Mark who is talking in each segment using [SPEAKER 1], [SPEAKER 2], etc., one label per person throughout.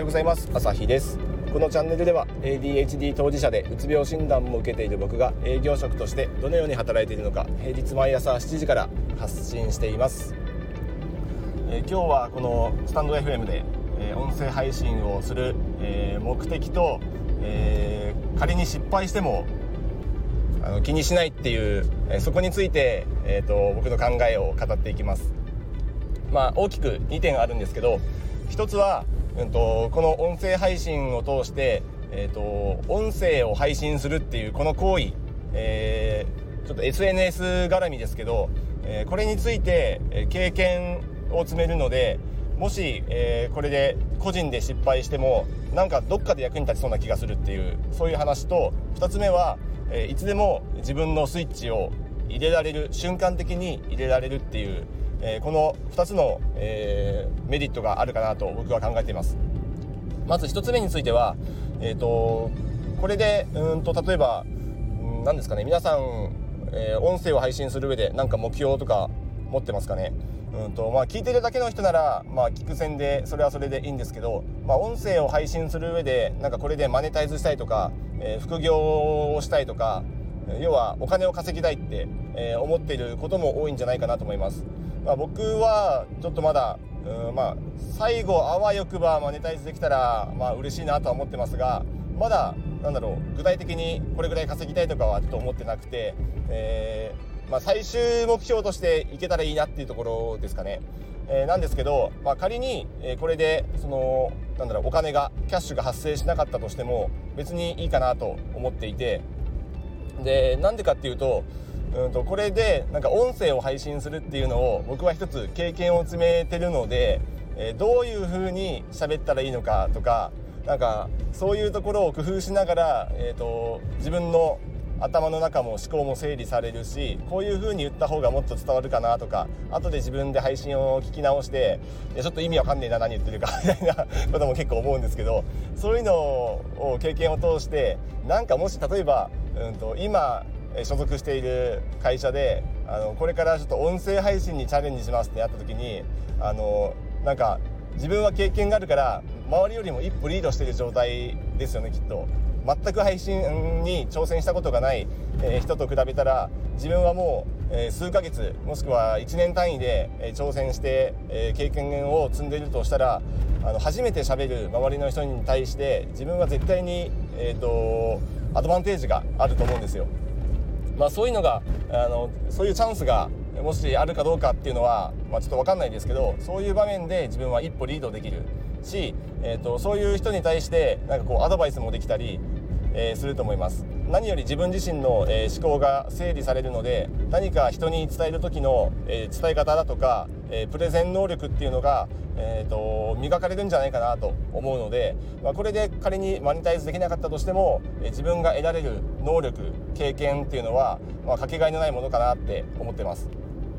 [SPEAKER 1] ございます。朝日です。このチャンネルでは ADHD 当事者でうつ病診断も受けている僕が営業職としてどのように働いているのか平日毎朝7時から発信しています。今日はこのスタンド FM で、音声配信をする、目的と、仮に失敗しても気にしないっていう、そこについて、僕の考えを語っていきます。大きく2点あるんですけど、一つは、この音声配信を通して、音声を配信するっていうこの行為、ちょっと SNS 絡みですけど、これについて、経験を積めるので、もし、これで個人で失敗してもなんかどっかで役に立ちそうな気がするっていう、そういう話と、2つ目は、いつでも自分のスイッチを入れられる、瞬間的に入れられるっていう、この2つの、メリットがあるかなと僕は考えています。まず1つ目については、これで例えば何ですかね、皆さん、音声を配信する上で何か目標とか持ってますかね。聞いてるだけの人なら、聞く線でそれはそれでいいんですけど、音声を配信する上でなんかこれでマネタイズしたいとか、副業をしたいとか、要はお金を稼ぎたいって、思っていることも多いんじゃないかなと思います。僕はちょっとまだ、最後あわよくばマネタイズできたら、嬉しいなとは思ってますが、まだ具体的にこれぐらい稼ぎたいとかはちょっと思ってなくて、最終目標としていけたらいいなっていうところですかね。なんですけど、仮に、これでお金がキャッシュが発生しなかったとしても別にいいかなと思っていて、でなんでかっていうと、これで音声を配信するっていうのを僕は一つ経験を積めてるので、どういう風に喋ったらいいのかとか、そういうところを工夫しながら、自分の頭の中も思考も整理されるし、こういう風に言った方がもっと伝わるかなとか、後で自分で配信を聞き直してちょっと意味わかんねえな、何言ってるかみたいなことも結構思うんですけど、そういうのを経験を通して、もし例えば、今所属している会社でこれからちょっと音声配信にチャレンジしますってなった時に、自分は経験があるから周りよりも一歩リードしている状態ですよね、きっと。全く配信に挑戦したことがない、人と比べたら、自分はもう、数ヶ月もしくは1年単位で、挑戦して、経験を積んでいるとしたら、初めて喋る周りの人に対して自分は絶対に、アドバンテージがあると思うんですよ。そういうのがそういうチャンスがもしあるかどうかっていうのは、ちょっと分かんないですけど、そういう場面で自分は一歩リードできるし、そういう人に対してアドバイスもできたり、すると思います。何より自分自身の、思考が整理されるので、何か人に伝える時の、伝え方だとか、プレゼン能力っていうのが、磨かれるんじゃないかなと思うので、これで仮にマネタイズできなかったとしても、自分が得られる能力、経験っていうのは、かけがえのないものかなって思ってます。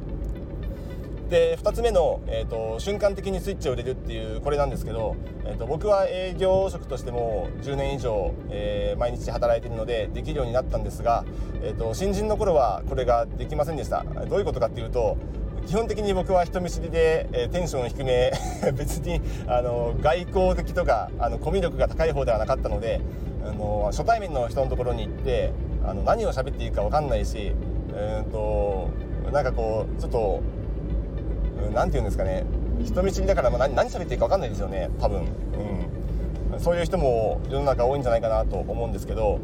[SPEAKER 1] で2つ目の、瞬間的にスイッチを入れるっていうこれなんですけど、僕は営業職としても10年以上、毎日働いているのでできるようになったんですが、新人の頃はこれができませんでした。どういうことかっていうと、基本的に僕は人見知りで、テンション低め別に外交的とかコミュ力が高い方ではなかったので、初対面の人のところに行って何を喋っていいか分かんないし、ちょっとなんて言うんですかね、人見知りだから何喋っていいか分かんないですよね、多分。そういう人も世の中多いんじゃないかなと思うんですけど、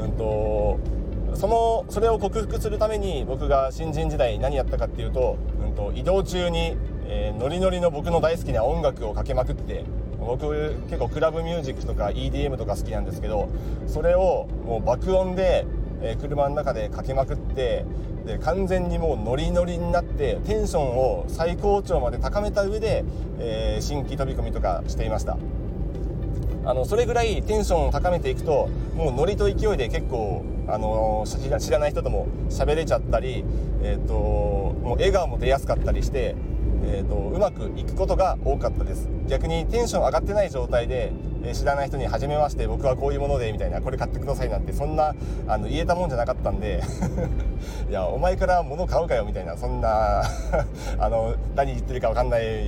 [SPEAKER 1] それを克服するために僕が新人時代何やったかっていうと、移動中に、ノリノリの僕の大好きな音楽をかけまくって、僕結構クラブミュージックとか EDM とか好きなんですけど、それをもう爆音で、車の中でかけまくって、で完全にもうノリノリになってテンションを最高潮まで高めた上で、新規飛び込みとかしていました。それぐらいテンションを高めていくと、もうノリと勢いで結構知らない人とも喋れちゃったり、もう笑顔も出やすかったりして、うまくいくことが多かったです。逆にテンション上がってない状態で、知らない人に初めまして僕はこういうものでみたいな、これ買ってくださいなんてそんな言えたもんじゃなかったんでいやお前から物買うかよみたいな、そんな何言ってるか分かんない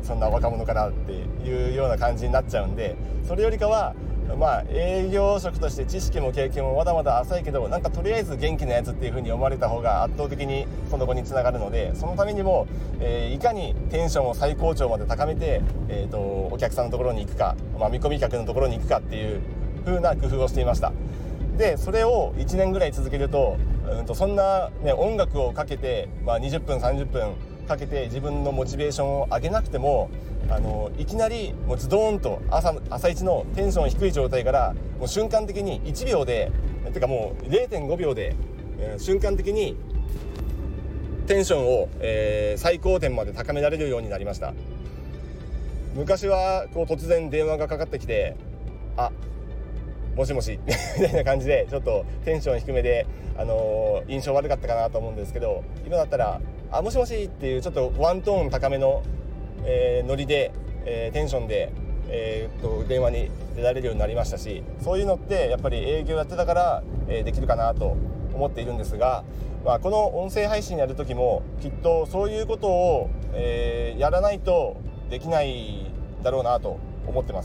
[SPEAKER 1] そんな若者からっていうような感じになっちゃうんで、それよりかは営業職として知識も経験もまだまだ浅いけど、なんかとりあえず元気なやつっていう風に思われた方が圧倒的にその後につながるので、そのためにも、いかにテンションを最高潮まで高めて、お客さんのところに行くか、見込み客のところに行くかっていう風な工夫をしていました。でそれを1年ぐらい続けると、そんな、音楽をかけて、20分30分かけて自分のモチベーションを上げなくても、いきなりもうズドーンと朝一のテンション低い状態からもう瞬間的に1秒でてかもう 0.5 秒で、瞬間的にテンションを、最高点まで高められるようになりました。昔はこう突然電話がかかってきて、もしもしみたいな感じでちょっとテンション低めで、印象悪かったかなと思うんですけど、今だったらもしもしっていうちょっとワントーン高めの、ノリで、テンションで、電話に出られるようになりましたし、そういうのってやっぱり営業やってたから、できるかなと思っているんですが、この音声配信やる時もきっとそういうことを、やらないとできないだろうなと思ってます。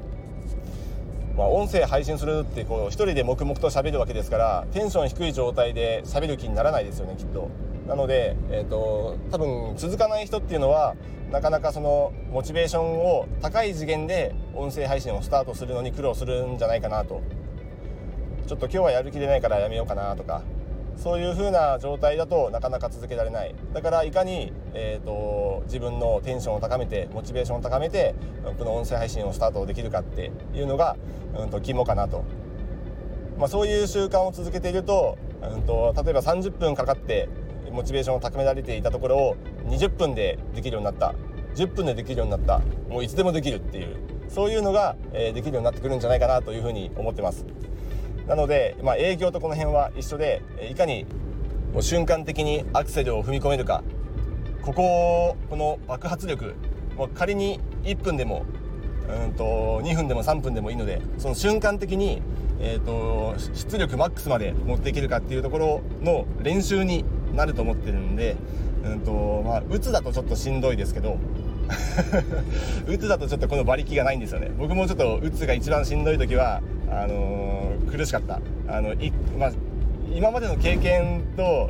[SPEAKER 1] 音声配信するってこう一人で黙々と喋るわけですから、テンション低い状態で喋る気にならないですよね、きっと。なので、多分続かない人っていうのはなかなかそのモチベーションを高い次元で音声配信をスタートするのに苦労するんじゃないかなと。ちょっと今日はやる気出ないからやめようかなとか、そういう風な状態だとなかなか続けられない。だからいかに、自分のテンションを高めてモチベーションを高めてこの音声配信をスタートできるかっていうのが、肝かなと。そういう習慣を続けていると、例えば30分かかってモチベーションを高められていたところを20分でできるようになった、10分でできるようになった、もういつでもできるっていう、そういうのが、できるようになってくるんじゃないかなというふうに思ってます。なので、営業とこの辺は一緒で、いかにもう瞬間的にアクセルを踏み込めるか、この爆発力、もう仮に1分でも2分でも3分でもいいので、その瞬間的に、出力マックスまで持っていけるかっていうところの練習になると思ってるんで、うつだとちょっとしんどいですけどうつだとちょっとこの馬力がないんですよね。僕もちょっとうつが一番しんどい時は苦しかった。今までの経験と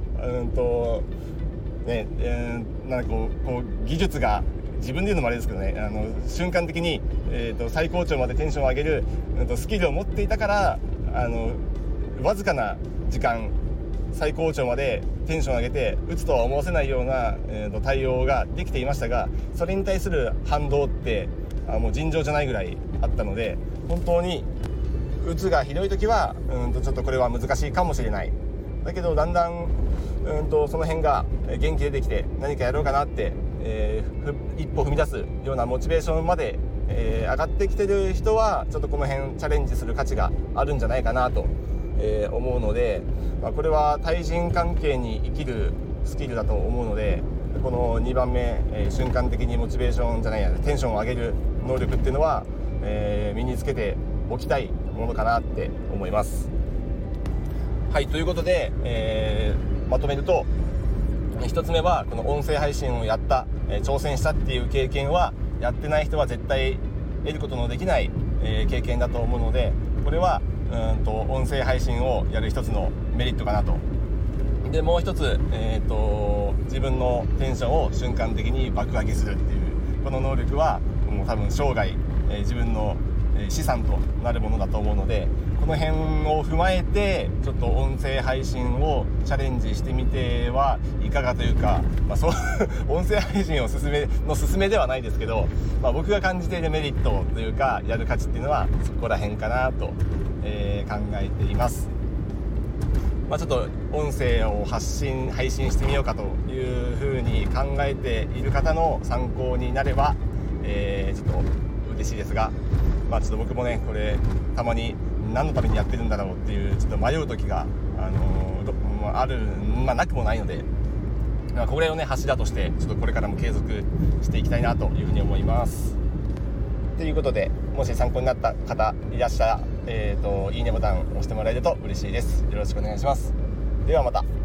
[SPEAKER 1] なんかこう技術が自分で言うのもあれですけどね、瞬間的に、最高潮までテンションを上げる、スキルを持っていたから、わずかな時間最高潮までテンションを上げて打つとは思わせないような、対応ができていましたが、それに対する反動ってもう尋常じゃないぐらいあったので、本当に打つがひどい時はちょっとこれは難しいかもしれない。だけどだんだんその辺が元気出てきて何かやろうかなって、一歩踏み出すようなモチベーションまで、上がってきてる人はちょっとこの辺チャレンジする価値があるんじゃないかなと、思うので、これは対人関係に生きるスキルだと思うので、この2番目、瞬間的にモチベーションじゃないやテンションを上げる能力っていうのは、身につけておきたいものかなって思います。はい、ということで、まとめると、1つ目はこの音声配信をやった、挑戦したっていう経験はやってない人は絶対得ることのできない、経験だと思うので、これは音声配信をやる一つのメリットかなと。でもう一つ、自分のテンションを瞬間的に爆上げするっていうこの能力はもう多分生涯、自分の資産となるものだと思うので、この辺を踏まえてちょっと音声配信をチャレンジしてみてはいかがというか、音声配信を勧めではないですけど、僕が感じているメリットというかやる価値っていうのはそこら辺かなと、考えています。ちょっと音声を配信してみようかというふうに考えている方の参考になれば、ちょっと嬉しいですが、ちょっと僕もねこれたまに何のためにやってるんだろうっていうちょっと迷う時が、ある、なくもないので、これをね柱としてちょっとこれからも継続していきたいなというふうに思います。ということで、もし参考になった方いらっしゃら、いいねボタンを押してもらえると嬉しいです。よろしくお願いします。ではまた。